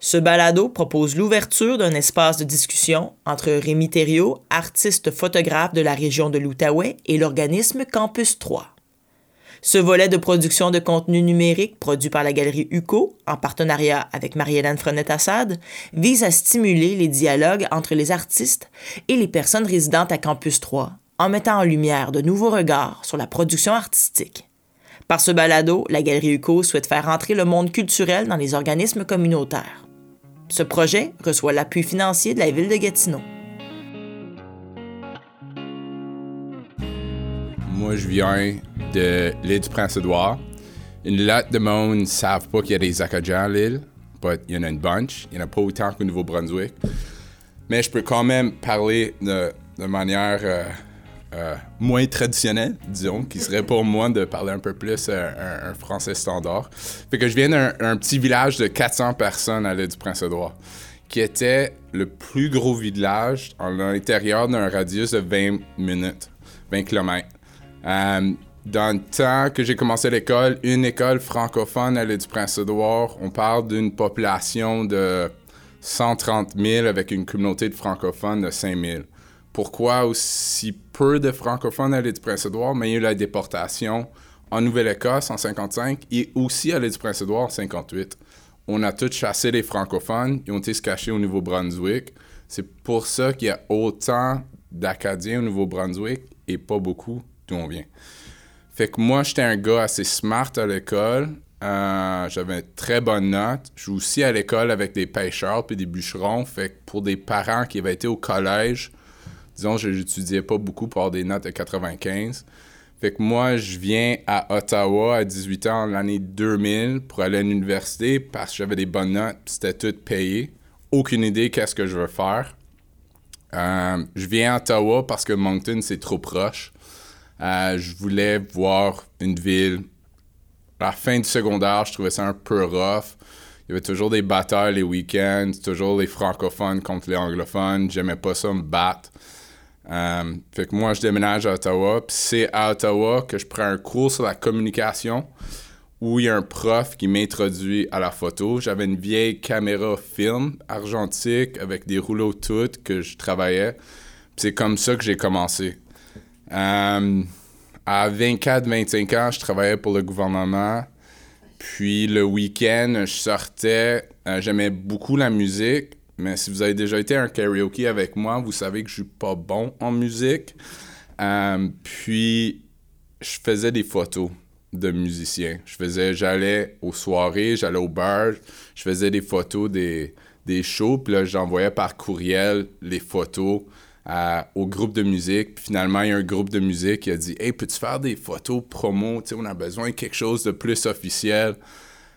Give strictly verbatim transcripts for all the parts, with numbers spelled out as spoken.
Ce balado propose l'ouverture d'un espace de discussion entre Rémi Thériault, artiste photographe de la région de l'Outaouais, et l'organisme Campus trois. Ce volet de production de contenu numérique, produit par la Galerie UQO, en partenariat avec Marie-Hélène Frenette-Assad, vise à stimuler les dialogues entre les artistes et les personnes résidentes à Campus trois, en mettant en lumière de nouveaux regards sur la production artistique. Par ce balado, la Galerie UQO souhaite faire entrer le monde culturel dans les organismes communautaires. Ce projet reçoit l'appui financier de la ville de Gatineau. Moi, je viens de l'île du Prince-Édouard. Une lot de monde ne savent pas qu'il y a des Acadiens à l'île, mais il y en a une bunch. Il n'y en a pas autant qu'au Nouveau-Brunswick. Mais je peux quand même parler de, de manière euh, euh, moins traditionnelle, disons, qui serait pour moi de parler un peu plus euh, un, un français standard. Fait que je viens d'un un petit village de quatre cents personnes à l'île du Prince-Édouard, qui était le plus gros village à l'intérieur d'un radius de vingt minutes, vingt kilomètres. Euh, dans le temps que j'ai commencé l'école, une école francophone à l'île du Prince-Édouard, on parle d'une population de cent trente mille avec une communauté de francophones de cinq mille. Pourquoi aussi peu de francophones à l'île du Prince-Édouard? Mais il y a eu la déportation en Nouvelle-Écosse en cinquante-cinq et aussi à l'île du Prince-Édouard en cinquante-huit. On a tous chassé les francophones, ils ont été se cacher au Nouveau-Brunswick. C'est pour ça qu'il y a autant d'Acadiens au Nouveau-Brunswick et pas beaucoup d'où on vient. Fait que moi, j'étais un gars assez smart à l'école. Euh, j'avais une très bonne note. Je suis aussi à l'école avec des pêcheurs puis des bûcherons. Fait que pour des parents qui avaient été au collège, disons, je n'étudiais pas beaucoup pour avoir des notes de quatre-vingt-quinze. Fait que moi, je viens à Ottawa à dix-huit ans, l'année deux mille, pour aller à l'université parce que j'avais des bonnes notes puis c'était tout payé. Aucune idée qu'est-ce que je veux faire. Euh, je viens à Ottawa parce que Moncton, c'est trop proche. Euh, je voulais voir une ville. À la fin du secondaire, je trouvais ça un peu rough. Il y avait toujours des batailles les week-ends, toujours les francophones contre les anglophones. J'aimais pas ça me battre. Euh, fait que moi, je déménage à Ottawa. Puis c'est à Ottawa que je prends un cours sur la communication où il y a un prof qui m'introduit à la photo. J'avais une vieille caméra film argentique avec des rouleaux toutes que je travaillais. Puis c'est comme ça que j'ai commencé. Euh, à vingt-quatre vingt-cinq ans, je travaillais pour le gouvernement. Puis le week-end, je sortais. Euh, j'aimais beaucoup la musique. Mais si vous avez déjà été à un karaoké avec moi, vous savez que je suis pas bon en musique. Euh, puis je faisais des photos de musiciens. Je faisais, j'allais aux soirées, j'allais au bar, je faisais des photos des, des shows. Puis là, j'envoyais par courriel les photos À, au groupe de musique. Puis finalement, il y a un groupe de musique qui a dit « Hey, peux-tu faire des photos promo? Tu sais, on a besoin de quelque chose de plus officiel. Euh, »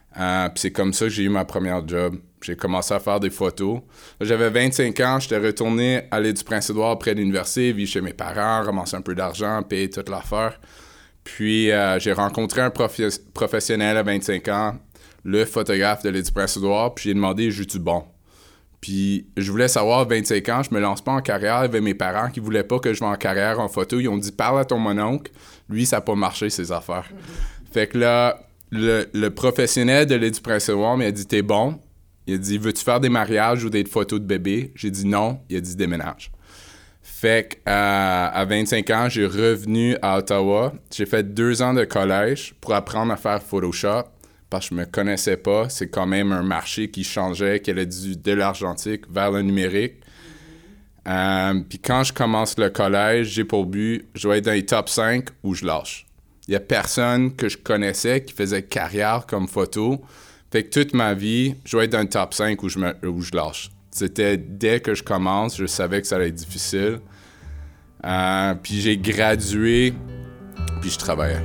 Puis c'est comme ça que j'ai eu ma première job. J'ai commencé à faire des photos. Là, j'avais vingt-cinq ans, j'étais retourné à l'île du Prince-Édouard près de l'université, vivre chez mes parents, ramasser un peu d'argent, payer toute l'affaire. Puis euh, j'ai rencontré un profi- professionnel à vingt-cinq ans, le photographe de l'île du Prince-Édouard, puis j'ai demandé « Joues-tu bon? » Puis je voulais savoir, vingt-cinq ans, je me lance pas en carrière. Il y avait mes parents qui voulaient pas que je vais en carrière en photo. Ils ont dit « Parle à ton mononcle. » Lui, ça n'a pas marché, ses affaires. Mm-hmm. Fait que là, le, le professionnel de l'île du Prince-Édouard m'a dit « T'es bon? » Il a dit « Veux-tu faire des mariages ou des photos de bébés? » J'ai dit « Non. » Il a dit « Déménage. » Fait que euh, à vingt-cinq ans, j'ai revenu à Ottawa. J'ai fait deux ans de collège pour apprendre à faire Photoshop. Parce que je me connaissais pas, c'est quand même un marché qui changeait, qui allait du, de l'argentique vers le numérique. Euh, puis quand je commence le collège, j'ai pour but, je dois être dans les top cinq ou je lâche. Il y a personne que je connaissais qui faisait carrière comme photo. Fait que toute ma vie, je dois être dans le top cinq ou je, me, ou je lâche. C'était dès que je commence, je savais que ça allait être difficile. Euh, puis j'ai gradué, puis je travaillais.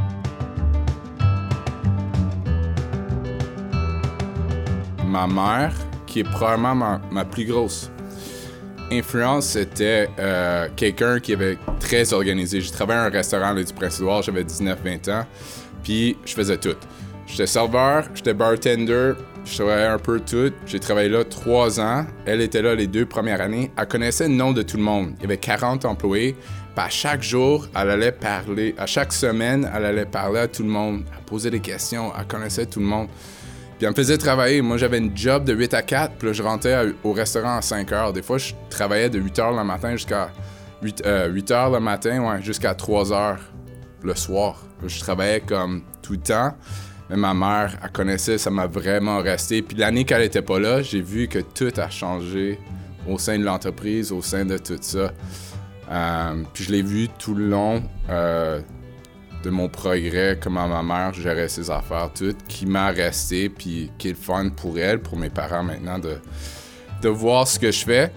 Ma mère, qui est probablement ma, ma plus grosse influence, c'était euh, quelqu'un qui avait très organisé. J'ai travaillé à un restaurant à l'île du Prince-Édouard, j'avais dix-neuf vingt ans, puis je faisais tout. J'étais serveur, j'étais bartender, je travaillais un peu tout. J'ai travaillé là trois ans. Elle était là les deux premières années. Elle connaissait le nom de tout le monde. Il y avait quarante employés. Puis à chaque jour, elle allait parler. À chaque semaine, elle allait parler à tout le monde. Elle posait des questions. Elle connaissait tout le monde. Puis elle me faisait travailler. Moi, j'avais une job de huit à quatre, puis là, je rentrais à, au restaurant à cinq heures. Des fois, je travaillais de huit heures le matin jusqu'à huit, euh, huit heures le matin, ouais, jusqu'à trois heures le soir. Je travaillais comme tout le temps. Mais ma mère, elle connaissait, ça m'a vraiment resté. Puis l'année qu'elle était pas là, j'ai vu que tout a changé au sein de l'entreprise, au sein de tout ça. Euh, puis je l'ai vu tout le long euh, de mon progrès, comment ma mère gérait ses affaires, tout, qui m'a resté, puis qui est le fun pour elle, pour mes parents maintenant, de, de voir ce que je fais.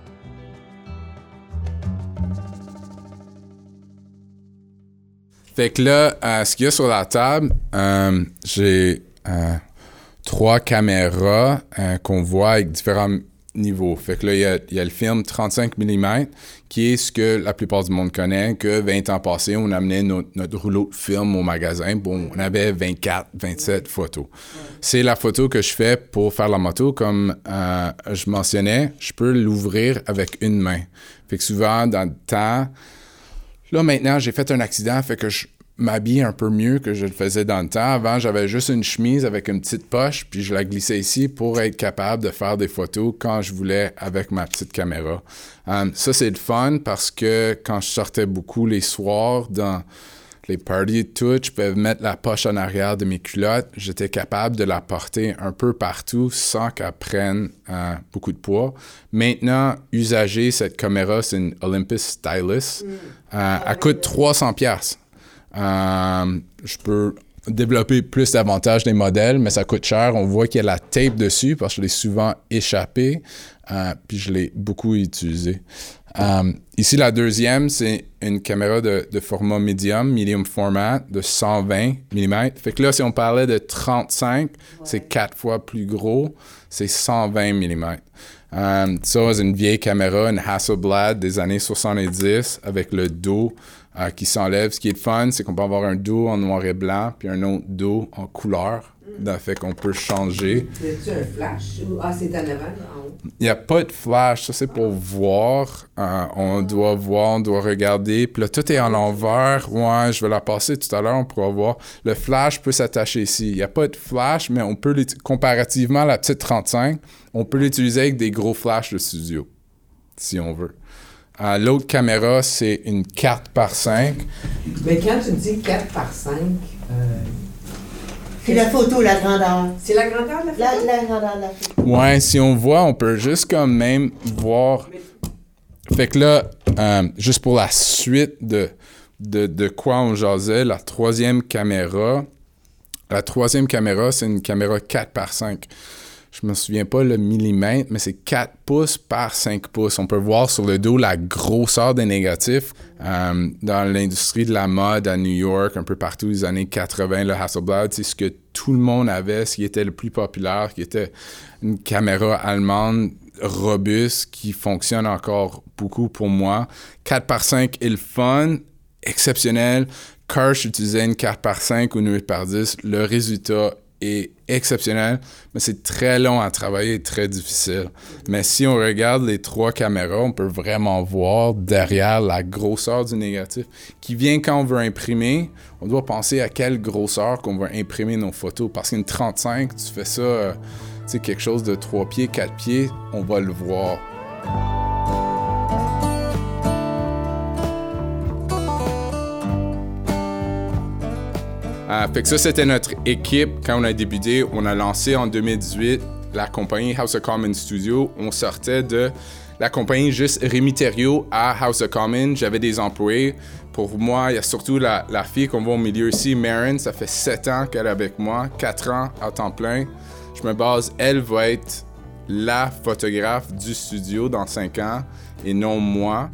Fait que là, euh, ce qu'il y a sur la table, euh, j'ai euh, trois caméras euh, qu'on voit avec différents niveaux. Fait que là, il y a, il y a le film trente-cinq millimètres, qui est ce que la plupart du monde connaît, que vingt ans passés, on amenait notre, notre rouleau de film au magasin. Bon, on avait vingt-quatre, vingt-sept photos. C'est la photo que je fais pour faire la moto. Comme euh, je mentionnais, je peux l'ouvrir avec une main. Fait que souvent, dans le temps... Là, maintenant, j'ai fait un accident, fait que je m'habille un peu mieux que je le faisais dans le temps. Avant, j'avais juste une chemise avec une petite poche, puis je la glissais ici pour être capable de faire des photos quand je voulais avec ma petite caméra. Um, ça, c'est le fun parce que quand je sortais beaucoup les soirs dans les parties et tout, je pouvais mettre la poche en arrière de mes culottes. J'étais capable de la porter un peu partout sans qu'elle prenne euh, beaucoup de poids. Maintenant, usager, cette caméra, c'est une Olympus Stylus. Mm. Euh, elle coûte trois cents dollars. Euh, je peux développer plus d'avantages des modèles, mais ça coûte cher. On voit qu'il y a la tape dessus parce que je l'ai souvent échappé, euh, puis je l'ai beaucoup utilisé. Um, ici, la deuxième, c'est une caméra de, de format medium, medium format, de cent vingt millimètres. Fait que là, si on parlait de trente-cinq, ouais. C'est quatre fois plus gros, c'est cent vingt millimètres. Um, ça, c'est une vieille caméra, une Hasselblad des années soixante-dix, avec le dos euh, qui s'enlève. Ce qui est le fun, c'est qu'on peut avoir un dos en noir et blanc, puis un autre dos en couleur. Ça fait qu'on peut changer. C'est-tu un flash? Ou... Ah, c'est en avant, en haut? Il n'y a pas de flash. Ça, c'est pour voir. Euh, on doit voir, on doit regarder. Puis là, tout est en l'envers. Ouais, je vais la passer tout à l'heure, on pourra voir. Le flash peut s'attacher ici. Il n'y a pas de flash, mais on peut, comparativement à la petite trente-cinq, on peut l'utiliser avec des gros flashs de studio, si on veut. Euh, l'autre caméra, c'est une quatre par cinq. Mais quand tu dis quatre par cinq... Euh... C'est la photo, la grandeur. C'est la grandeur de la photo? La, la grandeur de la photo. Ouais, si on voit, on peut juste quand même voir. Fait que là, euh, juste pour la suite de, de, de quoi on jasait, la troisième caméra, la troisième caméra, c'est une caméra quatre par cinq. Je me souviens pas le millimètre, mais c'est quatre pouces par cinq pouces. On peut voir sur le dos la grosseur des négatifs. Euh, dans l'industrie de la mode à New York, un peu partout, les années quatre-vingt, le Hasselblad, c'est ce que tout le monde avait, ce qui était le plus populaire, qui était une caméra allemande robuste qui fonctionne encore beaucoup pour moi. quatre par cinq est le fun, exceptionnel. Karsh utilisait une quatre par cinq ou une huit par dix. Le résultat est exceptionnel, mais c'est très long à travailler et très difficile. Mais si on regarde les trois caméras, on peut vraiment voir derrière la grosseur du négatif qui vient quand on veut imprimer. On doit penser à quelle grosseur qu'on va imprimer nos photos. Parce qu'une trente-cinq, tu fais ça, euh, tu sais, quelque chose de trois pieds, quatre pieds, on va le voir. Euh, fait que ça, c'était notre équipe quand on a débuté. On a lancé en deux mille dix-huit la compagnie House of Commons Studio. On sortait de la compagnie juste Rémi Thériault à House of Commons. J'avais des employés. Pour moi, il y a surtout la, la fille qu'on voit au milieu ici, Maren. Ça fait sept ans qu'elle est avec moi, quatre ans à temps plein. Je me base, elle va être la photographe du studio dans cinq ans et non moi.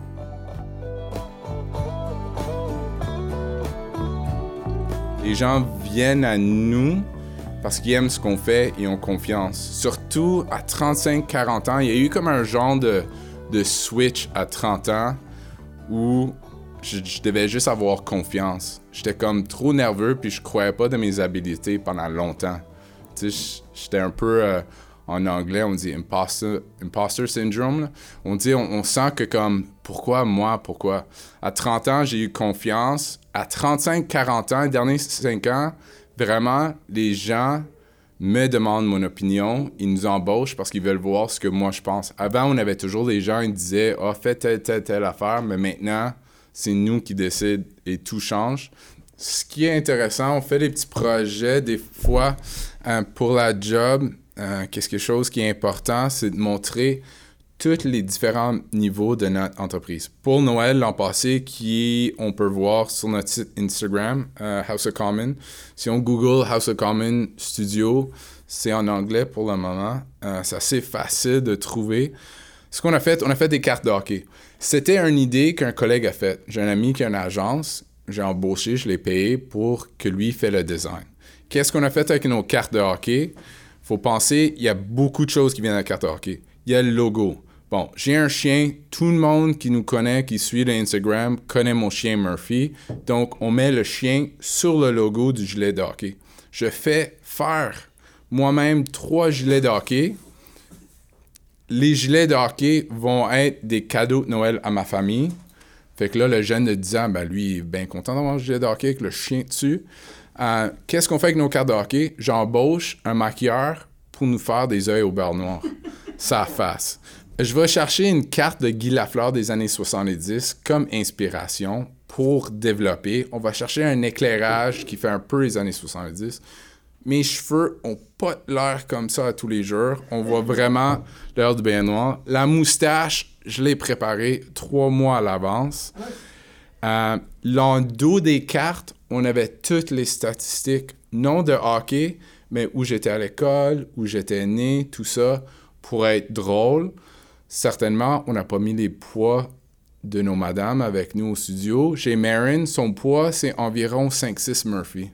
Les gens viennent à nous parce qu'ils aiment ce qu'on fait et ont confiance. Surtout à trente-cinq quarante ans, il y a eu comme un genre de, de switch à trente ans où je, je devais juste avoir confiance. J'étais comme trop nerveux puis je croyais pas de mes habilités pendant longtemps. Tu sais, j'étais un peu... Euh, en anglais, on dit imposter, imposter syndrome. Là. On dit, on, on sent que comme, pourquoi moi, pourquoi? À trente ans, j'ai eu confiance. À trente-cinq quarante ans, les derniers cinq ans, vraiment, les gens me demandent mon opinion, ils nous embauchent parce qu'ils veulent voir ce que moi je pense. Avant, on avait toujours des gens qui disaient « Ah, oh, fais telle, telle, telle affaire », mais maintenant, c'est nous qui décident et tout change. Ce qui est intéressant, on fait des petits projets des fois euh, pour la job. Euh, quelque chose qui est important, c'est de montrer tous les différents niveaux de notre entreprise. Pour Noël, l'an passé, qui on peut voir sur notre site Instagram, uh, House of Common. Si on Google House of Common Studio, c'est en anglais pour le moment. Uh, c'est assez facile de trouver. Ce qu'on a fait, on a fait des cartes de hockey. C'était une idée qu'un collègue a faite. J'ai un ami qui a une agence, j'ai embauché, je l'ai payé pour que lui fasse le design. Qu'est-ce qu'on a fait avec nos cartes de hockey? Faut penser, il y a beaucoup de choses qui viennent de la carte de hockey. Il y a le logo. Bon, j'ai un chien, tout le monde qui nous connaît, qui suit le Instagram, connaît mon chien Murphy. Donc, on met le chien sur le logo du gilet de hockey. Je fais faire moi-même trois gilets de hockey. Les gilets de hockey vont être des cadeaux de Noël à ma famille. Fait que là, le jeune de dix ans, ben lui, il est bien content d'avoir un gilet de hockey avec le chien dessus. Euh, qu'est-ce qu'on fait avec nos cartes de hockey? J'embauche un maquilleur pour nous faire des œils au beurre noir. Ça face. Je vais chercher une carte de Guy Lafleur des années soixante-dix comme inspiration pour développer. On va chercher un éclairage qui fait un peu les années soixante-dix. Mes cheveux ont pas l'air comme ça à tous les jours. On voit vraiment l'heure du beurre noir. La moustache, je l'ai préparée trois mois à l'avance. Euh, L'endos des cartes, on avait toutes les statistiques, non de hockey, mais où j'étais à l'école, où j'étais né, tout ça, pour être drôle. Certainement, on n'a pas mis les poids de nos madames avec nous au studio. Chez Marin, son poids, c'est environ cinq six Murphy.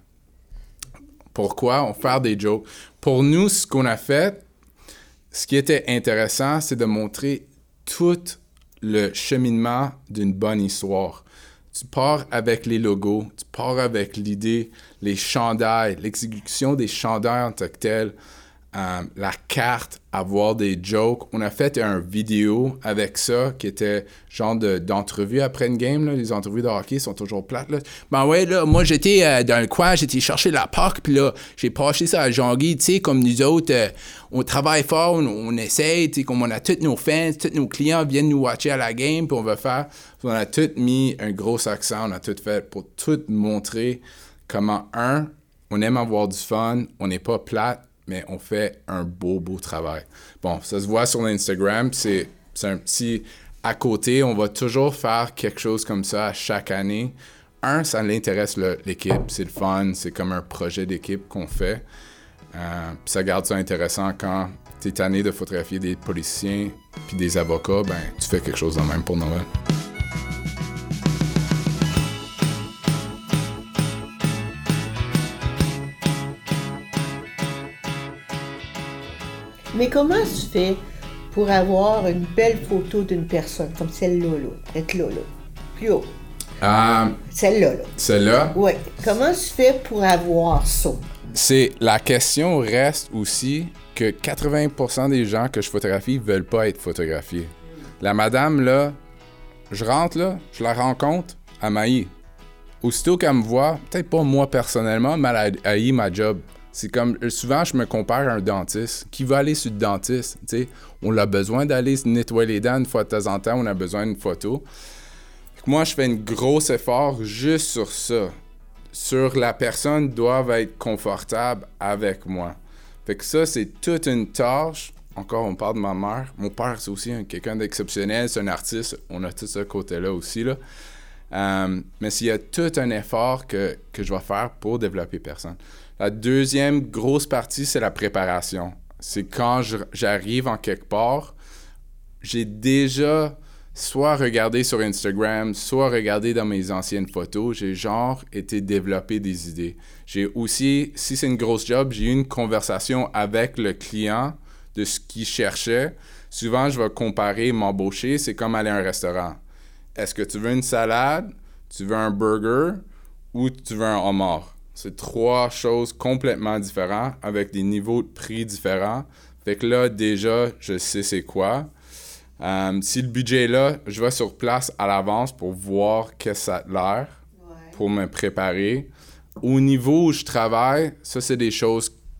Pourquoi? On fait des jokes. Pour nous, ce qu'on a fait, ce qui était intéressant, c'est de montrer tout le cheminement d'une bonne histoire. Tu pars avec les logos, tu pars avec l'idée, les chandails, l'exécution des chandails en tant que tel, euh, la carte, avoir des jokes. On a fait une vidéo avec ça qui était genre de, d'entrevue après une game. Là. Les entrevues de hockey sont toujours plates. Là. Ben ouais, là, moi j'étais euh, dans le coin, j'étais chercher la puck, puis là, j'ai passé ça à Jean-Guy, tu sais, comme nous autres, euh, on travaille fort, on, on essaye, tu sais, comme on a tous nos fans, tous nos clients viennent nous watcher à la game, puis on va faire. On a tout mis un gros accent, on a tout fait pour tout montrer comment, un, on aime avoir du fun, on n'est pas plate, mais on fait un beau, beau travail. Bon, ça se voit sur l'Instagram, c'est, c'est un petit à côté. On va toujours faire quelque chose comme ça à chaque année. Un, ça l'intéresse le, l'équipe, c'est le fun, c'est comme un projet d'équipe qu'on fait. Euh, puis ça garde ça intéressant quand tu es tanné de photographier des policiers puis des avocats, ben tu fais quelque chose de même pour Noël. Mais comment tu fais pour avoir une belle photo d'une personne comme celle-là, là, être là, là, plus haut? Euh, celle-là, là. Celle-là? Oui. Comment tu fais pour avoir ça? C'est, la question reste aussi que quatre-vingts pour cent des gens que je photographie veulent pas être photographiés. La madame, là, je rentre, là, je la rencontre, elle m'haït. Aussitôt qu'elle me voit, peut-être pas moi personnellement, mais elle haït ma job. C'est comme, souvent, je me compare à un dentiste. Qui va aller sur le dentiste? T'sais, on a besoin d'aller se nettoyer les dents une fois de temps en temps, on a besoin d'une photo. Moi, je fais un gros effort juste sur ça. Sur la personne doit être confortable avec moi. Fait que ça, c'est toute une tâche. Encore, on parle de ma mère. Mon père, c'est aussi un, quelqu'un d'exceptionnel, c'est un artiste. On a tout ce côté-là aussi, là. Um, mais s'il y a tout un effort que, que je vais faire pour développer personne. La deuxième grosse partie, c'est la préparation. C'est quand je, j'arrive en quelque part, j'ai déjà soit regardé sur Instagram, soit regardé dans mes anciennes photos, j'ai genre été développer des idées. J'ai aussi, si c'est une grosse job, j'ai eu une conversation avec le client de ce qu'il cherchait. Souvent, je vais comparer, m'embaucher, c'est comme aller à un restaurant. Est-ce que tu veux une salade, tu veux un burger ou tu veux un homard? C'est trois choses complètement différentes avec des niveaux de prix différents. Fait que là, déjà, je sais c'est quoi. Um, si le budget est là, je vais sur place à l'avance pour voir qu'est-ce que ça a l'air, ouais. Pour me préparer. Au niveau où je travaille, ça, c'est des choses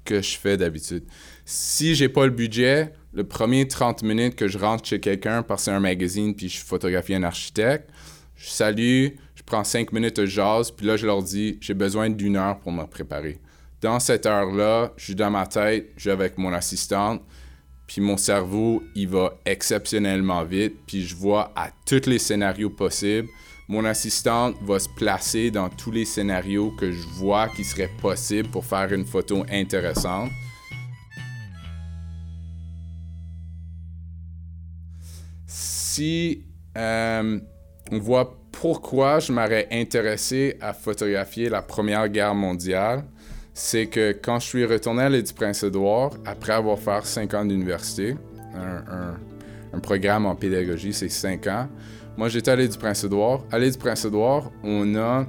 que je fais d'habitude. Si j'ai pas le budget, le premier trente minutes que je rentre chez quelqu'un parce que c'est un magazine puis je photographie un architecte, je salue, je prends cinq minutes de jazz, puis là, je leur dis, j'ai besoin d'une heure pour me préparer. Dans cette heure-là, je suis dans ma tête, je suis avec mon assistante, puis mon cerveau, il va exceptionnellement vite, puis je vois à tous les scénarios possibles. Mon assistante va se placer dans tous les scénarios que je vois qui seraient possibles pour faire une photo intéressante. Si euh, on voit pourquoi je m'aurais intéressé à photographier la Première Guerre mondiale, c'est que quand je suis retourné à l'île du Prince-Édouard, après avoir fait cinq ans d'université, un, un, un programme en pédagogie, c'est cinq ans, moi j'étais à l'île du Prince-Édouard. À l'île du Prince-Édouard, on a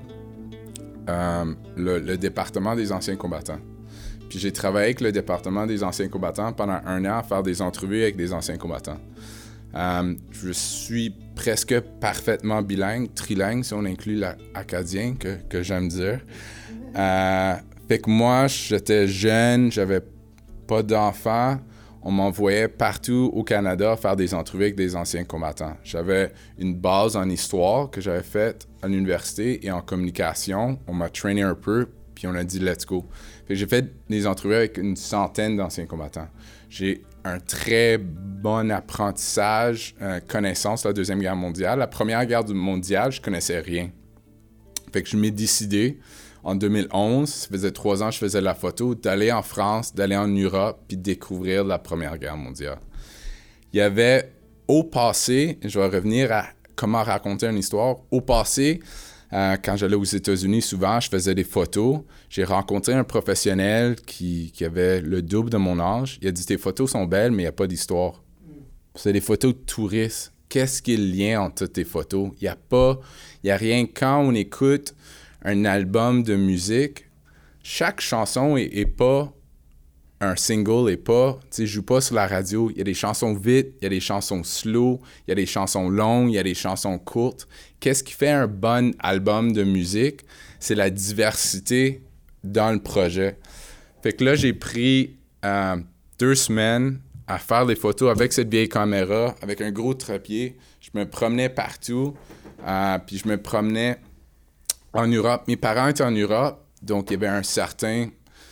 euh, le, le département des anciens combattants. Puis j'ai travaillé avec le département des anciens combattants pendant un an à faire des entrevues avec des anciens combattants. Euh, je suis presque parfaitement bilingue, trilingue si on inclut l'acadien, que, que j'aime dire. Euh, fait que moi, j'étais jeune, j'avais pas d'enfants. On m'envoyait partout au Canada faire des entrevues avec des anciens combattants. J'avais une base en histoire que j'avais faite à l'université et en communication. On m'a traîné un peu, puis on a dit « let's go ». Fait que j'ai fait des entrevues avec une centaine d'anciens combattants. J'ai un très bon apprentissage, euh, connaissance de la Deuxième Guerre mondiale. La Première Guerre mondiale, je connaissais rien. Fait que je m'ai décidé, en deux mille onze, ça faisait trois ans que je faisais de la photo, d'aller en France, d'aller en Europe, puis de découvrir la Première Guerre mondiale. Il y avait, au passé, je vais revenir à comment raconter une histoire, au passé, Euh, quand j'allais aux États-Unis, souvent, je faisais des photos. J'ai rencontré un professionnel qui, qui avait le double de mon âge. Il a dit « Tes photos sont belles, mais il n'y a pas d'histoire. Mm. » C'est des photos de touristes. Qu'est-ce qui est le lien entre toutes tes photos? Il n'y a pas... Il n'y a rien. Quand on écoute un album de musique, chaque chanson n'est est pas un single, et pas... Tu sais, je joue pas sur la radio. Il y a des chansons vite, il y a des chansons slow, il y a des chansons longues, il y a des chansons courtes. Qu'est-ce qui fait un bon album de musique? C'est la diversité dans le projet. Fait que là, j'ai pris euh, deux semaines à faire des photos avec cette vieille caméra, avec un gros trépied. Je me promenais partout, euh, puis je me promenais en Europe. Mes parents étaient en Europe, donc il y avait un certain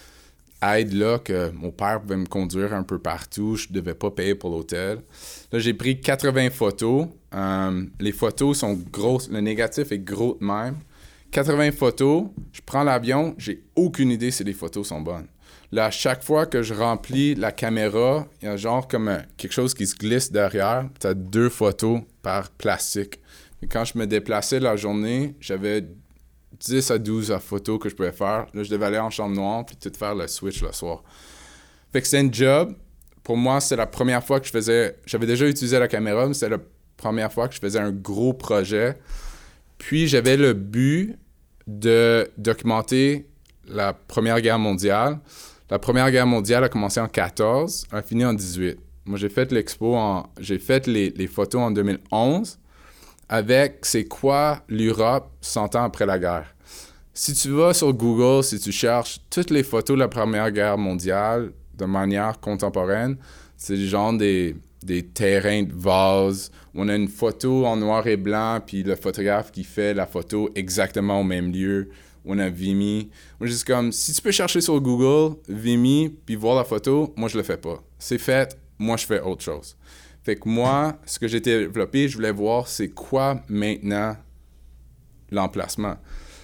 aide là que mon père pouvait me conduire un peu partout. Je ne devais pas payer pour l'hôtel. Là, j'ai pris quatre-vingts photos. Euh, les photos sont grosses. Le négatif est gros de même. quatre-vingts photos. Je prends l'avion. J'ai aucune idée si les photos sont bonnes. Là, à chaque fois que je remplis la caméra, il y a genre comme un, quelque chose qui se glisse derrière. Tu as deux photos par plastique. Et quand je me déplaçais la journée, j'avais dix à douze photos que je pouvais faire. Là, je devais aller en chambre noire puis tout faire le switch le soir. Fait que c'était un job. Pour moi, c'était la première fois que je faisais... J'avais déjà utilisé la caméra, mais c'était la première fois que je faisais un gros projet. Puis, j'avais le but de documenter la Première Guerre mondiale. La Première Guerre mondiale a commencé en quatorze, a fini en dix-huit. Moi, j'ai fait l'expo en... J'ai fait les, les photos en deux mille onze avec c'est quoi l'Europe cent ans après la guerre. Si tu vas sur Google, si tu cherches toutes les photos de la Première Guerre mondiale de manière contemporaine, c'est genre des, des terrains de vase. On a une photo en noir et blanc, puis le photographe qui fait la photo exactement au même lieu. On a Vimy. Moi, je dis comme, si tu peux chercher sur Google, Vimy, puis voir la photo, moi, je le fais pas. C'est fait, moi, je fais autre chose. Fait que moi, ce que j'ai développé, je voulais voir c'est quoi maintenant l'emplacement.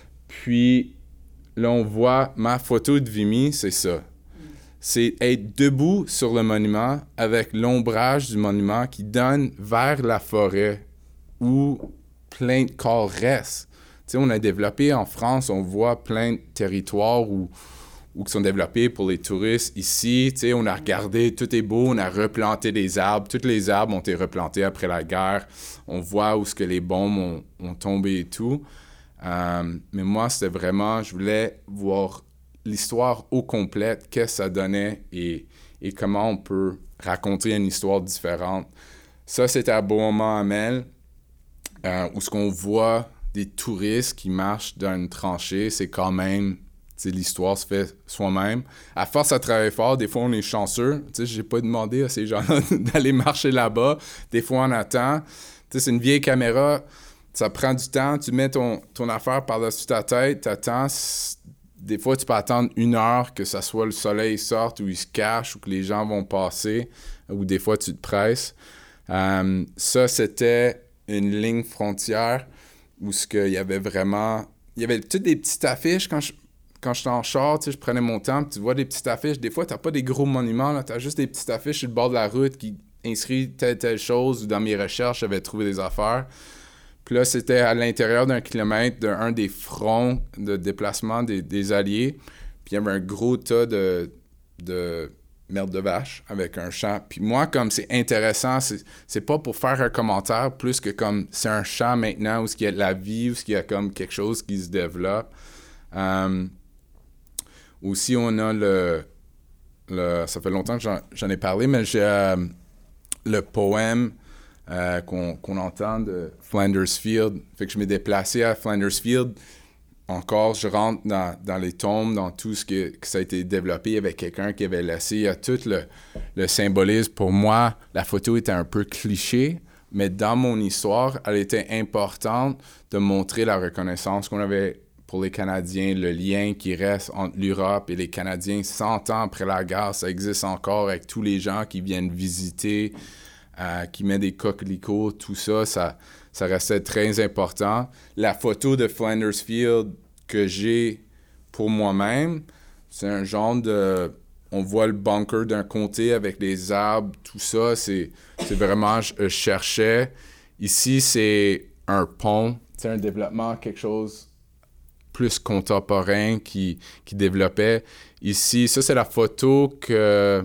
Puis là, on voit ma photo de Vimy, c'est ça. C'est être debout sur le monument avec l'ombrage du monument qui donne vers la forêt où plein de corps restent. Tu sais, on a développé en France, on voit plein de territoires où ou qui sont développés pour les touristes. Ici, tu sais, on a regardé, tout est beau, on a replanté des arbres. Tous les arbres ont été replantés après la guerre. On voit où ce que les bombes ont, ont tombé et tout. Euh, mais moi, c'était vraiment, je voulais voir l'histoire au complète, qu'est-ce que ça donnait et, et comment on peut raconter une histoire différente. Ça, c'était à Beaumont-Hamel, euh, où ce qu'on voit des touristes qui marchent dans une tranchée, c'est quand même... sais, l'histoire se fait soi-même. À force à travailler fort, des fois, on est chanceux. Tu sais, j'ai pas demandé à ces gens-là d'aller marcher là-bas. Des fois, on attend. Tu sais, c'est une vieille caméra. Ça prend du temps. Tu mets ton, ton affaire par-dessus ta tête. Tu attends. Des fois, tu peux attendre une heure que ça soit le soleil sorte ou il se cache ou que les gens vont passer. Ou des fois, tu te presses. Um, ça, c'était une ligne frontière où ce qu'il y avait vraiment... Il y avait toutes des petites affiches quand je, quand j'étais en char, tu sais, je prenais mon temps, tu vois des petites affiches. Des fois, t'as pas des gros monuments, tu as juste des petites affiches sur le bord de la route qui inscrivent telle, telle chose. Ou dans mes recherches, j'avais trouvé des affaires. Puis là, c'était à l'intérieur d'un kilomètre d'un des fronts de déplacement des, des Alliés. Puis il y avait un gros tas de... de merde de vache avec un champ. Puis moi, comme c'est intéressant, c'est, c'est pas pour faire un commentaire, plus que comme c'est un champ maintenant où il y a de la vie, où il y a comme quelque chose qui se développe. Um, aussi, on a le, le... Ça fait longtemps que j'en, j'en ai parlé, mais j'ai euh, le poème euh, qu'on, qu'on entend de Flanders Field. Fait que je m'ai déplacé à Flanders Field. Encore, je rentre dans, dans les tombes, dans tout ce que, que ça a été développé avec quelqu'un qui avait laissé. Il y a tout le, le symbolisme. Pour moi, la photo était un peu cliché, mais dans mon histoire, elle était importante de montrer la reconnaissance qu'on avait pour les Canadiens, le lien qui reste entre l'Europe et les Canadiens. cent ans après la guerre, ça existe encore avec tous les gens qui viennent visiter, euh, qui mettent des coquelicots, tout ça, ça... Ça restait très important. La photo de Flanders Field que j'ai pour moi-même, c'est un genre de... On voit le bunker d'un comté avec les arbres, tout ça. C'est, c'est vraiment... Je, je cherchais. Ici, c'est un pont. C'est un développement, quelque chose plus contemporain qui, qui développait. Ici, ça, c'est la photo que,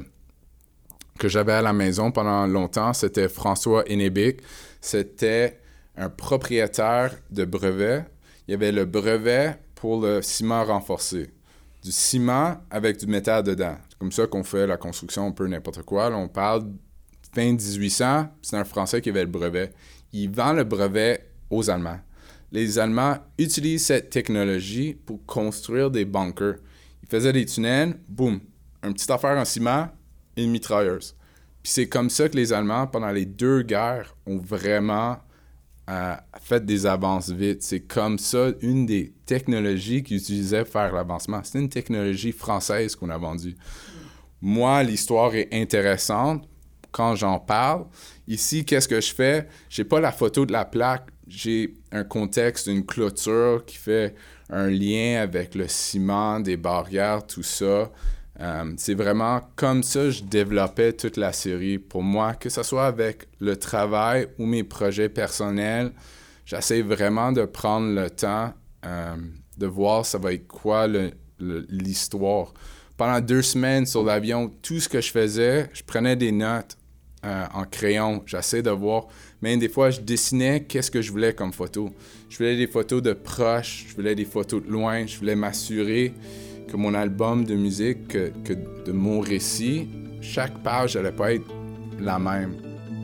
que j'avais à la maison pendant longtemps. C'était François Hennebick. C'était... un propriétaire de brevet. Il y avait le brevet pour le ciment renforcé. Du ciment avec du métal dedans. C'est comme ça qu'on fait la construction un peu n'importe quoi. Là, on parle fin dix-huit cents, c'est un Français qui avait le brevet. Il vend le brevet aux Allemands. Les Allemands utilisent cette technologie pour construire des bunkers. Ils faisaient des tunnels, boum, une petite affaire en ciment, une mitrailleuse. Puis c'est comme ça que les Allemands, pendant les deux guerres, ont vraiment... Euh, fait des avances vite. C'est comme ça une des technologies qu'ils utilisaient pour faire l'avancement. C'est une technologie française qu'on a vendue. Moi, l'histoire est intéressante quand j'en parle. Ici, qu'est-ce que je fais? J'ai pas la photo de la plaque. J'ai un contexte, une clôture qui fait un lien avec le ciment, des barrières, tout ça. Um, c'est vraiment comme ça que je développais toute la série. Pour moi, que ce soit avec le travail ou mes projets personnels, j'essaie vraiment de prendre le temps um, de voir ça va être quoi le, le, l'histoire. Pendant deux semaines sur l'avion, tout ce que je faisais, je prenais des notes euh, en crayon. J'essaie de voir. Même des fois, je dessinais qu'est-ce que je voulais comme photo. Je voulais des photos de proches, je voulais des photos de loin, je voulais m'assurer que mon album de musique, que, que de mon récit, chaque page n'allait pas être la même.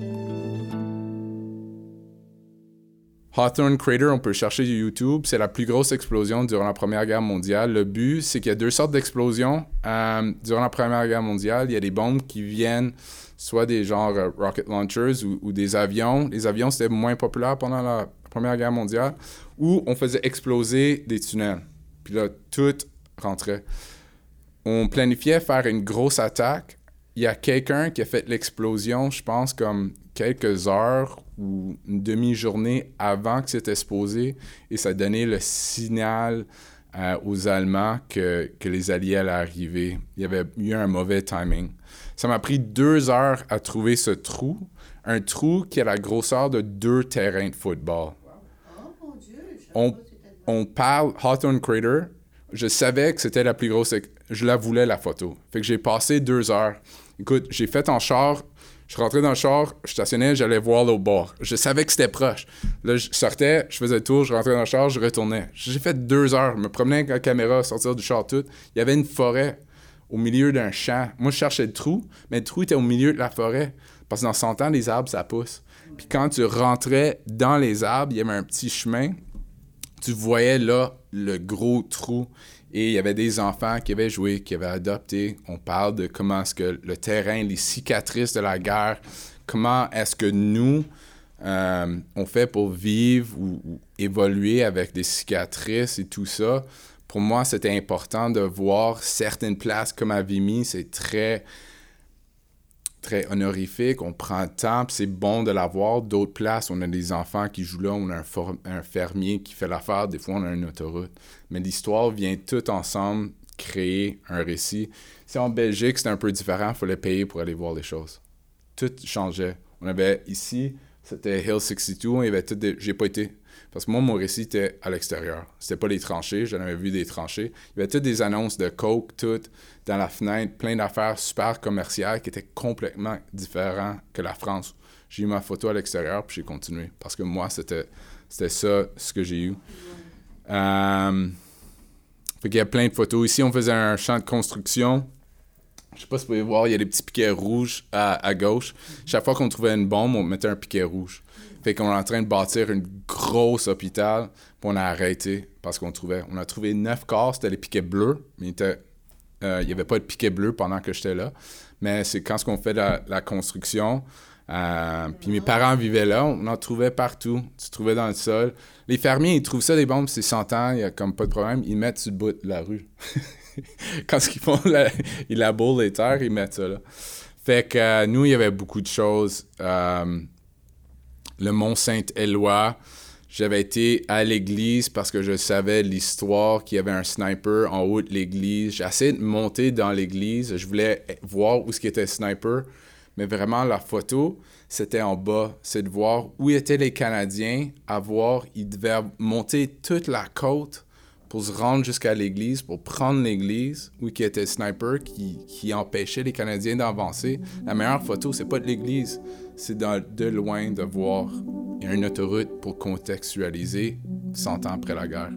Hawthorne Crater, on peut chercher sur YouTube, c'est la plus grosse explosion durant la Première Guerre mondiale. Le but, c'est qu'il y a deux sortes d'explosions. Euh, durant la Première Guerre mondiale, il y a des bombes qui viennent, soit des genres uh, rocket launchers ou, ou des avions. Les avions, c'était moins populaire pendant la Première Guerre mondiale, où on faisait exploser des tunnels. Puis là, tout rentrait. On planifiait faire une grosse attaque. Il y a quelqu'un qui a fait l'explosion, je pense, comme quelques heures ou une demi-journée avant que c'était explosé, et ça donnait le signal euh, aux Allemands que, que les Alliés allaient arriver. Il y avait eu un mauvais timing. Ça m'a pris deux heures à trouver ce trou, un trou qui a la grosseur de deux terrains de football. Oh mon Dieu! On, on parle Hawthorne Crater. Je savais que c'était la plus grosse... Je la voulais, la photo. Fait que j'ai passé deux heures. Écoute, j'ai fait en char. Je rentrais dans le char, je stationnais, j'allais voir l'autre bord. Je savais que c'était proche. Là, je sortais, je faisais le tour, je rentrais dans le char, je retournais. J'ai fait deux heures. Je me promenais avec la caméra, sortir du char, tout. Il y avait une forêt au milieu d'un champ. Moi, je cherchais le trou, mais le trou était au milieu de la forêt. Parce que dans cent ans, les arbres, ça pousse. Puis quand tu rentrais dans les arbres, il y avait un petit chemin. Tu voyais là le gros trou. Et il y avait des enfants qui avaient joué, qui avaient adopté. On parle de comment est-ce que le terrain, les cicatrices de la guerre, comment est-ce que nous, euh, on fait pour vivre ou, ou évoluer avec des cicatrices et tout ça. Pour moi, c'était important de voir certaines places comme à Vimy, c'est très, très honorifique, on prend le temps, puis c'est bon de l'avoir. D'autres places, on a des enfants qui jouent là, on a un, for- un fermier qui fait l'affaire, des fois on a une autoroute. Mais l'histoire vient tout ensemble créer un récit. Si en Belgique, c'était un peu différent, il fallait payer pour aller voir les choses. Tout changeait. On avait ici, c'était Hill soixante-deux, il y avait tout des... J'ai pas été. Parce que moi, mon récit était à l'extérieur. C'était pas les tranchées, j'en avais vu des tranchées. Il y avait toutes des annonces de Coke, toutes dans la fenêtre, plein d'affaires super commerciales qui étaient complètement différentes que la France. J'ai eu ma photo à l'extérieur, puis j'ai continué. Parce que moi, c'était, c'était ça, ce que j'ai eu. Euh... Fait qu'il y a plein de photos. Ici, on faisait un champ de construction. Je sais pas si vous pouvez voir, il y a des petits piquets rouges à, à gauche. Chaque fois qu'on trouvait une bombe, on mettait un piquet rouge. Fait qu'on est en train de bâtir une grosse hôpital, puis on a arrêté parce qu'on trouvait... On a trouvé neuf corps, c'était les piquets bleus, mais il était, euh, n'y avait pas de piquet bleu pendant que j'étais là. Mais c'est quand on fait la, la construction, euh, puis mes parents vivaient là, on en trouvait partout. Tu trouvais dans le sol. Les fermiers, ils trouvent ça des bombes, c'est cent ans, il n'y a comme pas de problème, ils mettent sur le bout de la rue. Quand ils font la, ils labourent les terres, ils mettent ça là. Fait que euh, nous, il y avait beaucoup de choses. Euh, le Mont-Saint-Éloi, j'avais été à l'église parce que je savais l'histoire qu'il y avait un sniper en haut de l'église. J'ai essayé de monter dans l'église. Je voulais voir où ce était le sniper. Mais vraiment, la photo, c'était en bas. C'est de voir où étaient les Canadiens. À voir, ils devaient monter toute la côte pour se rendre jusqu'à l'église, pour prendre l'église, où il était le sniper qui, qui empêchait les Canadiens d'avancer. La meilleure photo, c'est pas de l'église, c'est dans, de loin de voir. Il y a une autoroute pour contextualiser cent ans après la guerre.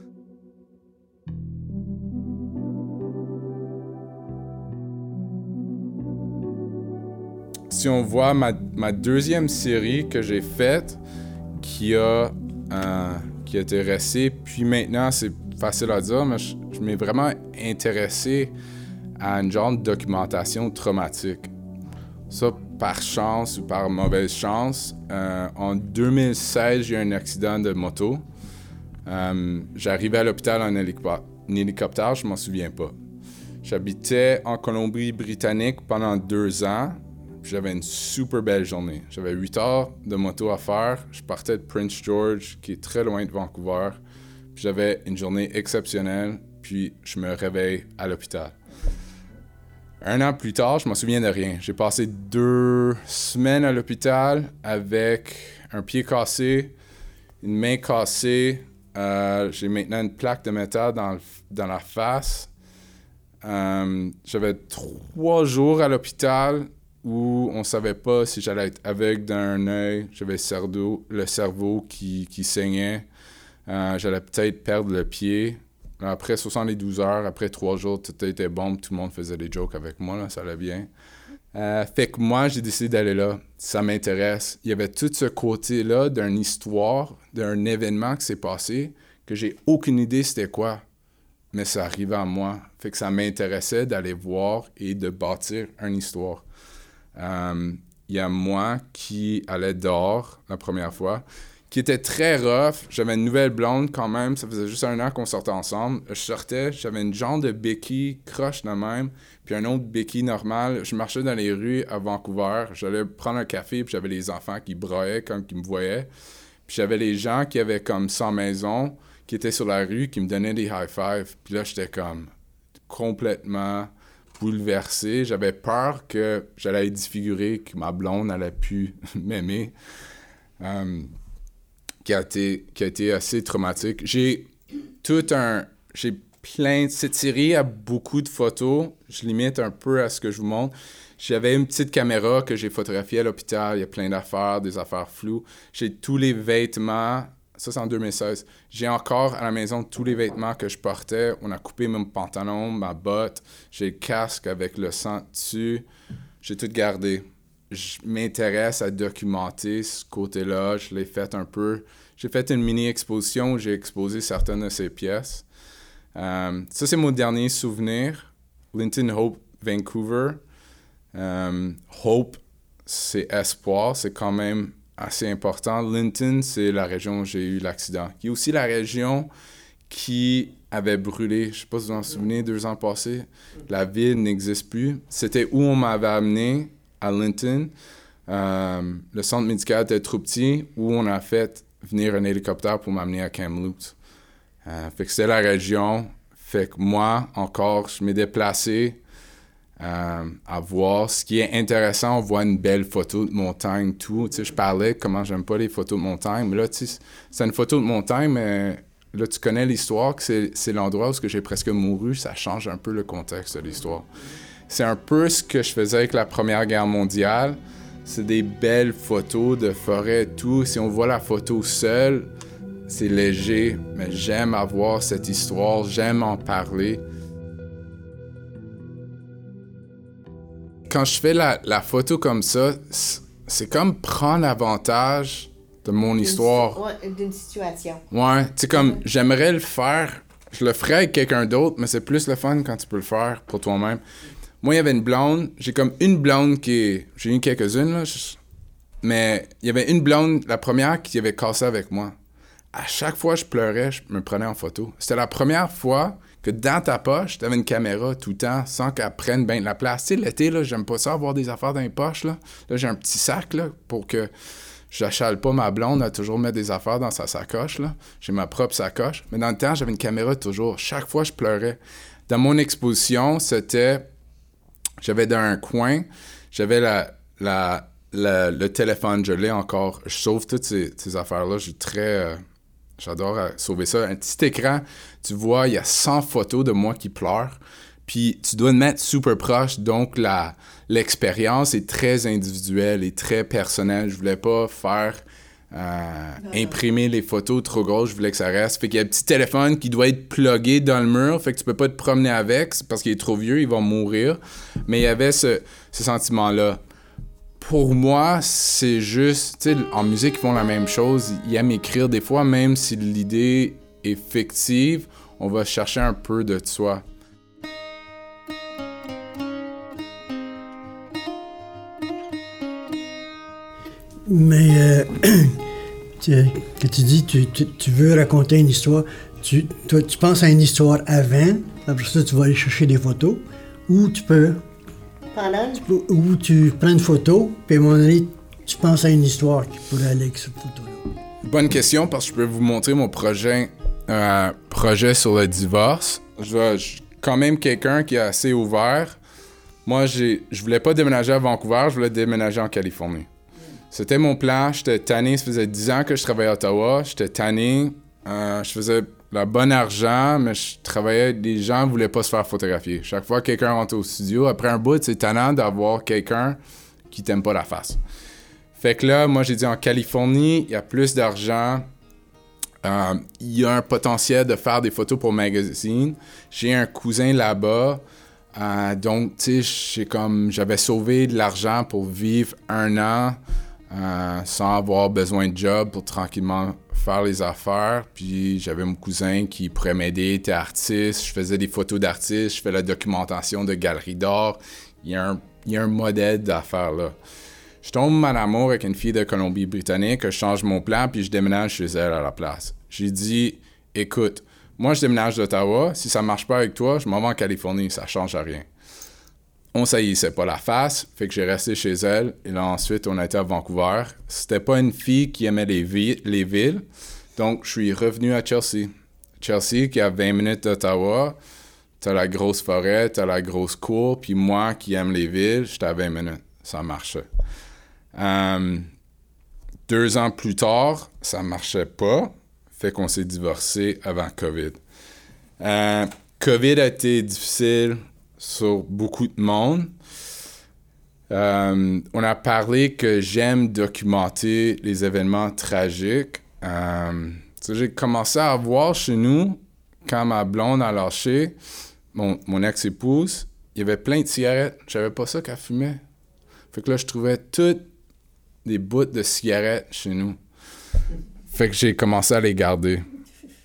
Si on voit ma, ma deuxième série que j'ai faite, qui a, euh, qui a été restée, puis maintenant, c'est facile à dire, mais je, je m'ai vraiment intéressé à une genre de documentation traumatique. Ça, par chance ou par mauvaise chance, euh, en deux mille seize, j'ai eu un accident de moto. Euh, j'arrivais à l'hôpital en hélico- en hélicoptère, je m'en souviens pas. J'habitais en Colombie-Britannique pendant deux ans. J'avais une super belle journée. J'avais huit heures de moto à faire. Je partais de Prince George, qui est très loin de Vancouver. Puis j'avais une journée exceptionnelle, puis je me réveille à l'hôpital. Un an plus tard, je m'en souviens de rien. J'ai passé deux semaines à l'hôpital avec un pied cassé, une main cassée. Euh, j'ai maintenant une plaque de métal dans, le, dans la face. Euh, j'avais trois jours à l'hôpital où on savait pas si j'allais être aveugle d'un œil. J'avais le cerveau, le cerveau qui, qui saignait. Euh, j'allais peut-être perdre le pied. Après soixante-douze heures, après trois jours, tout était bon. Tout le monde faisait des jokes avec moi, là, ça allait bien. Euh, fait que moi, j'ai décidé d'aller là. Ça m'intéresse. Il y avait tout ce côté-là d'une histoire, d'un événement qui s'est passé, que j'ai aucune idée c'était quoi. Mais ça arrivait à moi. Fait que ça m'intéressait d'aller voir et de bâtir une histoire. Euh, il y a moi qui allais dehors la première fois, qui était très rough. J'avais une nouvelle blonde quand même. Ça faisait juste un an qu'on sortait ensemble. Je sortais, j'avais une genre de béquille croche de même, puis un autre béquille normale. Je marchais dans les rues à Vancouver. J'allais prendre un café, puis j'avais les enfants qui braillaient comme qui me voyaient. Puis j'avais les gens qui avaient comme sans maison, qui étaient sur la rue, qui me donnaient des high-fives. Puis là, j'étais comme complètement bouleversé. J'avais peur que j'allais être défiguré, que ma blonde allait plus m'aimer. Um, qui a été, qui a été assez traumatique. J'ai tout un... J'ai plein... Cette série a beaucoup de photos. Je limite un peu à ce que je vous montre. J'avais une petite caméra que j'ai photographiée à l'hôpital. Il y a plein d'affaires, des affaires floues. J'ai tous les vêtements... Ça, c'est en deux mille seize. J'ai encore à la maison tous les vêtements que je portais. On a coupé mon pantalon, ma botte. J'ai le casque avec le sang dessus. J'ai tout gardé. Je m'intéresse à documenter ce côté-là. Je l'ai fait un peu. J'ai fait une mini-exposition où j'ai exposé certaines de ces pièces. Euh, ça, c'est mon dernier souvenir. Linton Hope, Vancouver. Euh, Hope, c'est espoir. C'est quand même assez important. Linton, c'est la région où j'ai eu l'accident. Il y a aussi la région qui avait brûlé. Je ne sais pas si vous vous en souvenez, deux ans passés. La ville n'existe plus. C'était où on m'avait amené, à Linton. Euh, le centre médical était trop petit, où on a fait venir un hélicoptère pour m'amener à Kamloops. Euh, fait que c'était la région. Fait que moi, encore, je m'ai déplacé euh, à voir. Ce qui est intéressant, on voit une belle photo de montagne, tout. Tu sais, je parlais comment j'aime pas les photos de montagne, mais là, tu sais, c'est une photo de montagne, mais là, tu connais l'histoire, que c'est, c'est l'endroit où j'ai presque mouru. Ça change un peu le contexte de l'histoire. C'est un peu ce que je faisais avec la Première Guerre mondiale. C'est des belles photos de forêt et tout. Si on voit la photo seule, c'est léger, mais j'aime avoir cette histoire, j'aime en parler. Quand je fais la, la photo comme ça, c'est comme prendre avantage de mon D'une histoire. situ- ouais, d'une situation. Ouais, tu sais, comme j'aimerais le faire, je le ferais avec quelqu'un d'autre, mais c'est plus le fun quand tu peux le faire pour toi-même. Moi, il y avait une blonde, j'ai comme une blonde qui est... J'ai eu quelques-unes, là, je- mais il y avait une blonde, la première, qui avait cassé avec moi. À chaque fois que je pleurais, je me prenais en photo. C'était la première fois que dans ta poche, tu avais une caméra tout le temps, sans qu'elle prenne bien de la place. Tu sais, l'été, là, j'aime pas ça, avoir des affaires dans les poches, là. Là, j'ai un petit sac, là, pour que j'achale pas ma blonde à toujours mettre des affaires dans sa sacoche, là. J'ai ma propre sacoche. Mais dans le temps, j'avais une caméra toujours. Chaque fois, je pleurais. Dans mon exposition, c'était... J'avais dans un coin, j'avais la, la, la, le téléphone, je l'ai encore. Je sauve toutes ces, ces affaires-là. Je suis très... Euh, j'adore euh, sauver ça. Un petit écran, tu vois, il y a cent photos de moi qui pleure. Puis tu dois te mettre super proche. Donc, la, l'expérience est très individuelle et très personnelle. Je voulais pas faire... Euh, imprimer les photos trop grosses, je voulais que ça reste. Fait qu'il y a un petit téléphone qui doit être plugué dans le mur, fait que tu peux pas te promener avec, c'est parce qu'il est trop vieux, il va mourir. Mais il y avait ce, ce sentiment-là. Pour moi, c'est juste, tu sais, en musique, ils font la même chose. Ils aiment écrire des fois, même si l'idée est fictive, on va chercher un peu de soi. Mais euh, tu, que tu dis, tu, tu, tu veux raconter une histoire, tu, toi, tu penses à une histoire avant, après ça, tu vas aller chercher des photos, ou tu peux, Pendant? ou tu prends une photo, puis à un moment donné, tu penses à une histoire qui pourrait aller avec cette photo-là. Bonne question, parce que je peux vous montrer mon projet, euh, projet sur le divorce. Je, je suis quand même quelqu'un qui est assez ouvert. Moi, j'ai, je voulais pas déménager à Vancouver, je voulais déménager en Californie. C'était mon plan, j'étais tanné, ça faisait dix ans que je travaillais à Ottawa, j'étais tanné, euh, je faisais le bon argent, mais je travaillais avec des gens qui ne voulaient pas se faire photographier. Chaque fois que quelqu'un rentre au studio, après un bout, c'est tannant d'avoir quelqu'un qui t'aime pas la face. Fait que là, moi, j'ai dit en Californie, il y a plus d'argent, euh, il y a un potentiel de faire des photos pour magazine. J'ai un cousin là-bas, euh, donc, tu sais, j'ai comme, j'avais sauvé de l'argent pour vivre un an, Euh, sans avoir besoin de job pour tranquillement faire les affaires. Puis j'avais mon cousin qui pourrait m'aider, il était artiste, je faisais des photos d'artistes, je fais la documentation de galeries d'art. Il y a un, il y a un modèle d'affaires là. Je tombe en amour avec une fille de Colombie-Britannique, je change mon plan, puis je déménage chez elle à la place. J'ai dit, écoute, moi je déménage d'Ottawa, si ça marche pas avec toi, je m'en vais en Californie, ça change à rien. On saillissait pas la face, fait que j'ai resté chez elle. Et là, ensuite, on a été à Vancouver. C'était pas une fille qui aimait les, vi- les villes. Donc, je suis revenu à Chelsea. Chelsea, qui est à vingt minutes d'Ottawa. T'as la grosse forêt, t'as la grosse cour. Puis moi, qui aime les villes, j'étais à vingt minutes. Ça marchait. Euh, deux ans plus tard, ça marchait pas. Fait qu'on s'est divorcé avant COVID. Euh, COVID a été difficile sur beaucoup de monde. Euh, on a parlé que j'aime documenter les événements tragiques. Euh, j'ai commencé à voir chez nous, quand ma blonde a lâché, mon, mon ex-épouse, il y avait plein de cigarettes. Je savais pas ça qu'elle fumait. Fait que là, je trouvais toutes des bouts de cigarettes chez nous. Fait que j'ai commencé à les garder.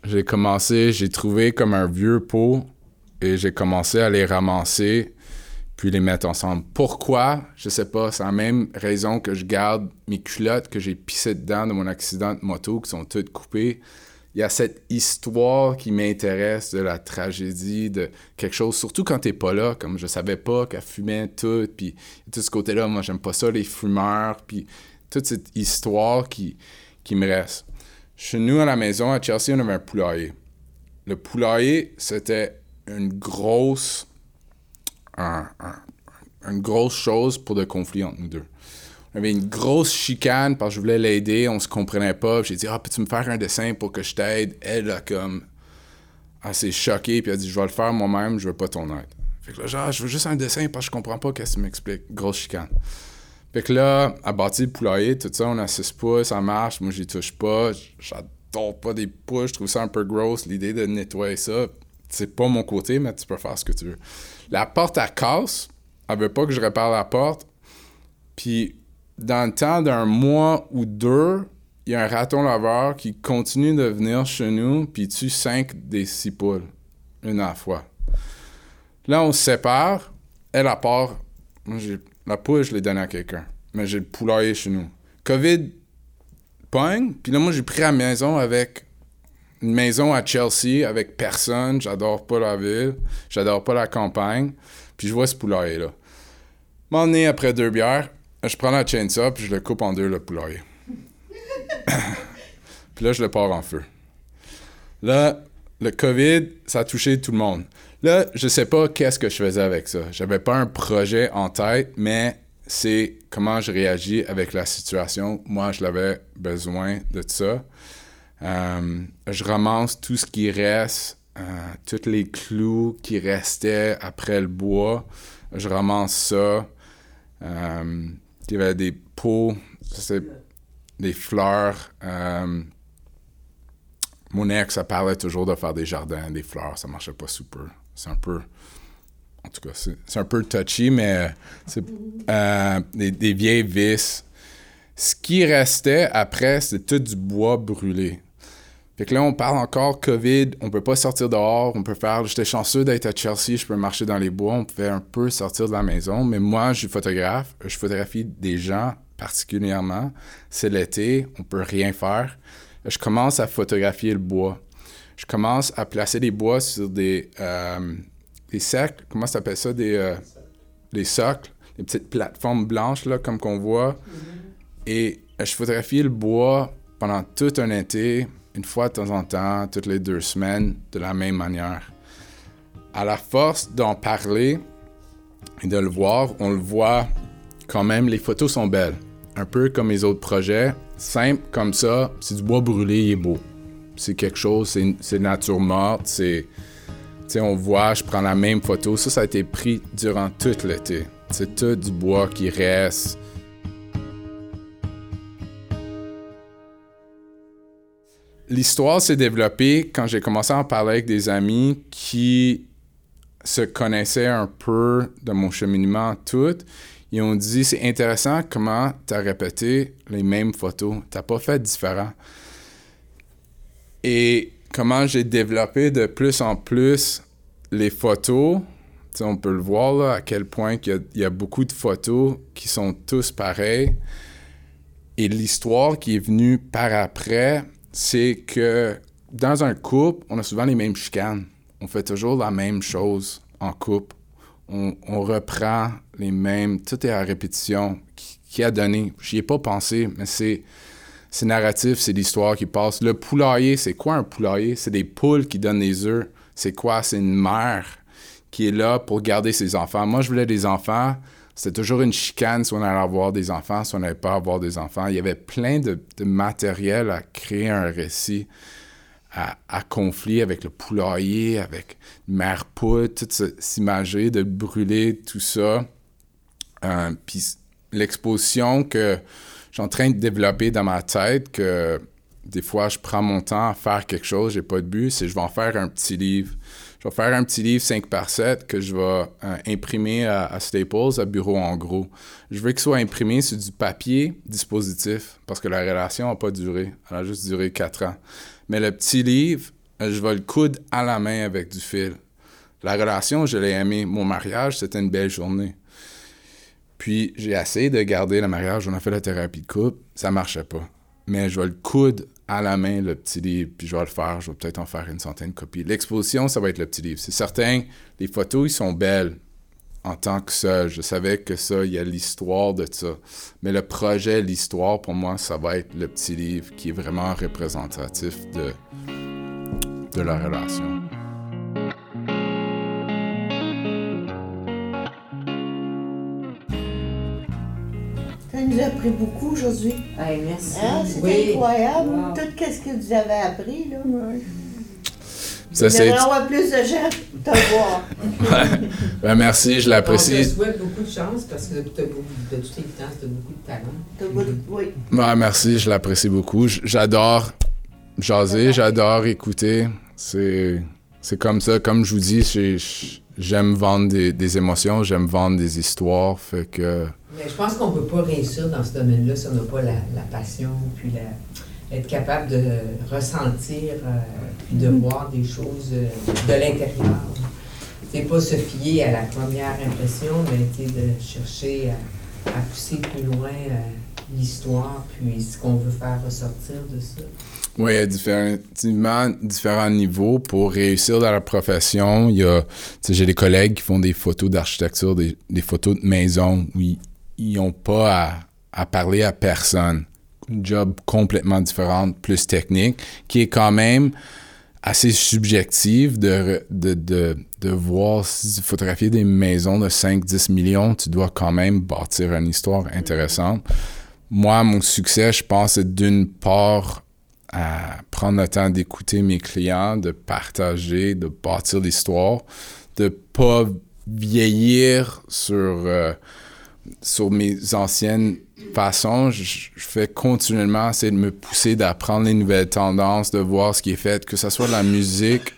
j'ai commencé, j'ai trouvé comme un vieux pot et j'ai commencé à les ramasser puis les mettre ensemble. Pourquoi? Je sais pas. C'est la même raison que je garde mes culottes que j'ai pissé dedans de mon accident de moto qui sont toutes coupées. Il y a cette histoire qui m'intéresse de la tragédie, de quelque chose, surtout quand t'es pas là, comme je savais pas qu'elle fumait tout, puis tout ce côté-là, moi j'aime pas ça, les fumeurs, puis toute cette histoire qui, qui me reste. Chez nous, à la maison, à Chelsea, on avait un poulailler. Le poulailler, c'était une grosse, un, un, une grosse chose pour de conflit entre nous deux. On avait une grosse chicane parce que je voulais l'aider, on se comprenait pas. J'ai dit, ah, peux-tu me faire un dessin pour que je t'aide? Elle a comme, elle s'est choquée, puis elle a dit, je vais le faire moi-même, je veux pas ton aide. Fait que là, genre, je veux juste un dessin parce que je comprends pas qu'est-ce que tu m'expliques. Grosse chicane. Fait que là, elle a bâti le poulailler, tout ça, on a six pouces, ça marche, moi j'y touche pas. J'adore pas des pouces, je trouve ça un peu gross, l'idée de nettoyer ça. C'est pas mon côté, mais tu peux faire ce que tu veux. La porte, elle casse, elle veut pas que je répare la porte, puis dans le temps d'un mois ou deux, il y a un raton laveur qui continue de venir chez nous puis il tue cinq des six poules, une à la fois. Là, on se sépare. Elle, à part, moi, j'ai, la poule, je l'ai donnée à quelqu'un. Mais j'ai le poulailler chez nous. COVID pogne. Puis là, moi, j'ai pris la maison avec une maison à Chelsea avec personne. J'adore pas la ville. J'adore pas la campagne. Puis je vois ce poulailler-là. M'en est après deux bières. Je prends la chainsaw puis je le coupe en deux, le poulailler. Puis là, je le pars en feu. Là, le COVID, ça a touché tout le monde. Là, je sais pas qu'est-ce que je faisais avec ça. J'avais pas un projet en tête, mais c'est comment je réagis avec la situation. Moi, je l'avais besoin de ça. Euh, je ramasse tout ce qui reste, euh, tous les clous qui restaient après le bois. Je ramasse ça. Euh, il y avait des pots, c'est des fleurs. Euh, mon ex, ça parlait toujours de faire des jardins, des fleurs. Ça marchait pas super. C'est un peu... En tout cas, c'est, c'est un peu touchy, mais c'est euh, des, des vieilles vis. Ce qui restait après, c'était tout du bois brûlé. Fait que là, on parle encore COVID, on peut pas sortir dehors, on peut faire... J'étais chanceux d'être à Chelsea, je peux marcher dans les bois, on pouvait un peu sortir de la maison, mais moi, je suis photographe, je photographie des gens particulièrement. C'est l'été, on peut rien faire. Je commence à photographier le bois. Je commence à placer des bois sur des, euh, des cercles, comment ça s'appelle ça, des, euh, des socles, des petites plateformes blanches, là, comme qu'on voit. Mm-hmm. Et je photographie le bois pendant tout un été, une fois de temps en temps, toutes les deux semaines, de la même manière. À la force d'en parler et de le voir, on le voit quand même, les photos sont belles. Un peu comme les autres projets, simple comme ça, c'est du bois brûlé, il est beau. C'est quelque chose, c'est, c'est nature morte, c'est... Tu sais, on voit, je prends la même photo, ça, ça a été pris durant tout l'été. C'est tout du bois qui reste. L'histoire s'est développée quand j'ai commencé à en parler avec des amis qui se connaissaient un peu de mon cheminement tout. Ils ont dit, c'est intéressant comment tu as répété les mêmes photos. Tu n'as pas fait différent. Et comment j'ai développé de plus en plus les photos. Tu sais, on peut le voir là, à quel point il y a, il y a beaucoup de photos qui sont tous pareilles. Et l'histoire qui est venue par après, c'est que dans un couple, on a souvent les mêmes chicanes. On fait toujours la même chose en couple. On, on reprend les mêmes... Tout est à répétition. Qui, qui a donné? J'y ai pas pensé, mais c'est, c'est narratif, c'est l'histoire qui passe. Le poulailler, c'est quoi un poulailler? C'est des poules qui donnent des œufs. C'est quoi? C'est une mère qui est là pour garder ses enfants. Moi, je voulais des enfants. C'était toujours une chicane si on allait avoir des enfants, si on n'allait pas avoir des enfants. Il y avait plein de, de matériel à créer un récit à, à conflit avec le poulailler, avec mère poule, toute cette imagerie de brûler tout ça. Euh, Puis l'exposition que je suis en train de développer dans ma tête, que des fois je prends mon temps à faire quelque chose, j'ai pas de but, c'est je vais en faire un petit livre. Je vais faire un petit livre cinq par sept que je vais euh, imprimer à, à Staples, à Bureau en gros. Je veux qu'il soit imprimé sur du papier dispositif, parce que la relation n'a pas duré. Elle a juste duré quatre ans. Mais le petit livre, je vais le coudre à la main avec du fil. La relation, je l'ai aimée. Mon mariage, c'était une belle journée. Puis, j'ai essayé de garder le mariage. On a fait la thérapie de couple. Ça marchait pas. Mais je vais le coudre à la main, le petit livre, puis je vais le faire. Je vais peut-être en faire une centaine de copies. L'exposition, ça va être le petit livre. C'est certain, les photos, ils sont belles en tant que seul. Je savais que ça, il y a l'histoire de ça. Mais le projet, l'histoire, pour moi, ça va être le petit livre qui est vraiment représentatif de, de la relation. Ça nous a appris beaucoup aujourd'hui. Hey, merci. Hein? C'est Oui. incroyable. Wow. Tout ce que vous avez appris, là. Ça, Il c'est... devrait y avoir plus de gens te voir. Ben, merci, je On l'apprécie. te souhaite beaucoup de chance parce que tu as beaucoup, de toute évidence, tu as beaucoup de talent. T'as beaucoup- Oui. Ouais, merci, je l'apprécie beaucoup. J- J'adore jaser, j'adore écouter. C'est, c'est comme ça, comme je vous dis, j'ai- j'aime vendre des, des émotions, j'aime vendre des histoires, fait que... Mais je pense qu'on ne peut pas réussir dans ce domaine-là si on n'a pas la, la passion, puis la, être capable de ressentir, euh, puis de voir des choses euh, de l'intérieur. C'est pas se fier à la première impression, mais tu sais, de chercher à, à pousser plus loin euh, l'histoire, puis ce qu'on veut faire ressortir de ça. Oui, il y a différents, différents niveaux pour réussir dans la profession. Il y a, tu sais, j'ai des collègues qui font des photos d'architecture, des, des photos de maison où ils n'ont pas à, à parler à personne. Une job complètement différente, plus technique, qui est quand même assez subjective de, de, de, de voir, si tu photographies des maisons de cinq à dix millions, tu dois quand même bâtir une histoire intéressante. Moi, mon succès, je pense, c'est d'une part à prendre le temps d'écouter mes clients, de partager, de bâtir l'histoire, de pas vieillir sur, euh, sur mes anciennes façons. Je, je fais continuellement essayer de me pousser, d'apprendre les nouvelles tendances, de voir ce qui est fait, que ce soit la musique,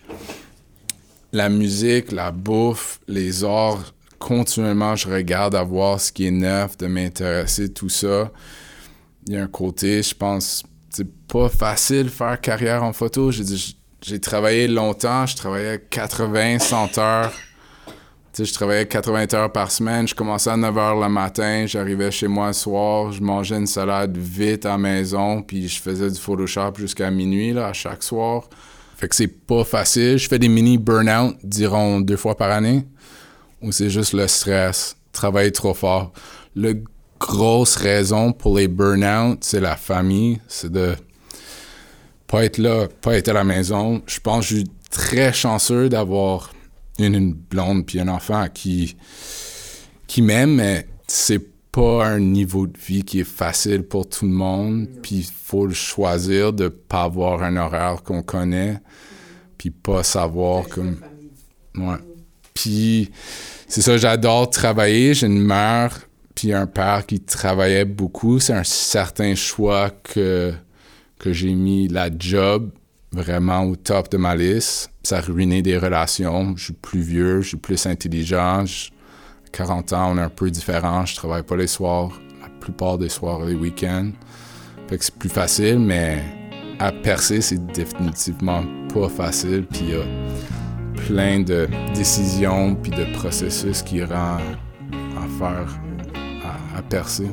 la musique, la bouffe, les arts. Continuellement, je regarde à voir ce qui est neuf, de m'intéresser, tout ça. Il y a un côté, je pense... C'est pas facile de faire carrière en photo. J'ai, dit, j'ai travaillé longtemps, je travaillais quatre-vingts, cent heures. Tu sais, je travaillais quatre-vingts heures par semaine. Je commençais à neuf heures le matin, j'arrivais chez moi le soir, je mangeais une salade vite à la maison, puis je faisais du Photoshop jusqu'à minuit, là, à chaque soir. Fait que c'est pas facile. Je fais des mini burn-out, diront deux fois par année, ou c'est juste le stress, travailler trop fort. Le grosse raison pour les burn-out, c'est la famille, c'est de pas être là, pas être à la maison. Je pense que je suis très chanceux d'avoir une, une blonde puis un enfant qui, qui m'aime, mais c'est pas un niveau de vie qui est facile pour tout le monde, puis il faut le choisir de pas avoir un horaire qu'on connaît, puis pas savoir comme... Ouais. Puis c'est ça, j'adore travailler, j'ai une mère puis un père qui travaillait beaucoup. C'est un certain choix que, que j'ai mis la job vraiment au top de ma liste. Ça a ruiné des relations. Je suis plus vieux, je suis plus intelligent. Je, quarante ans, on est un peu différent. Je travaille pas les soirs, la plupart des soirs, les week-ends. Fait que c'est plus facile, mais à percer, c'est définitivement pas facile. Puis il y a plein de décisions puis de processus qui rend à faire à percer.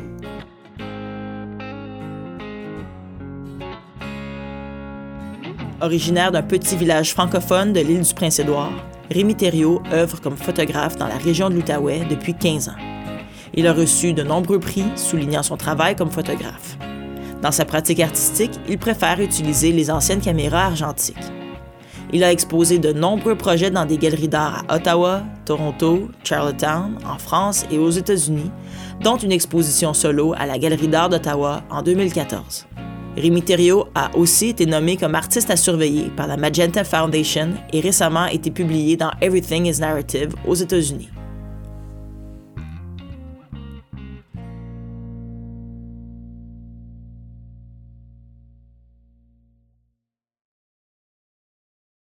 Originaire d'un petit village francophone de l'île du Prince-Édouard, Rémi Thériault œuvre comme photographe dans la région de l'Outaouais depuis quinze ans. Il a reçu de nombreux prix soulignant son travail comme photographe. Dans sa pratique artistique, il préfère utiliser les anciennes caméras argentiques. Il a exposé de nombreux projets dans des galeries d'art à Ottawa, Toronto, Charlottetown, en France et aux États-Unis, dont une exposition solo à la Galerie d'art d'Ottawa en deux mille quatorze. Rémi Thériault a aussi été nommé comme artiste à surveiller par la Magenta Foundation et récemment été publié dans Everything is Narrative aux États-Unis.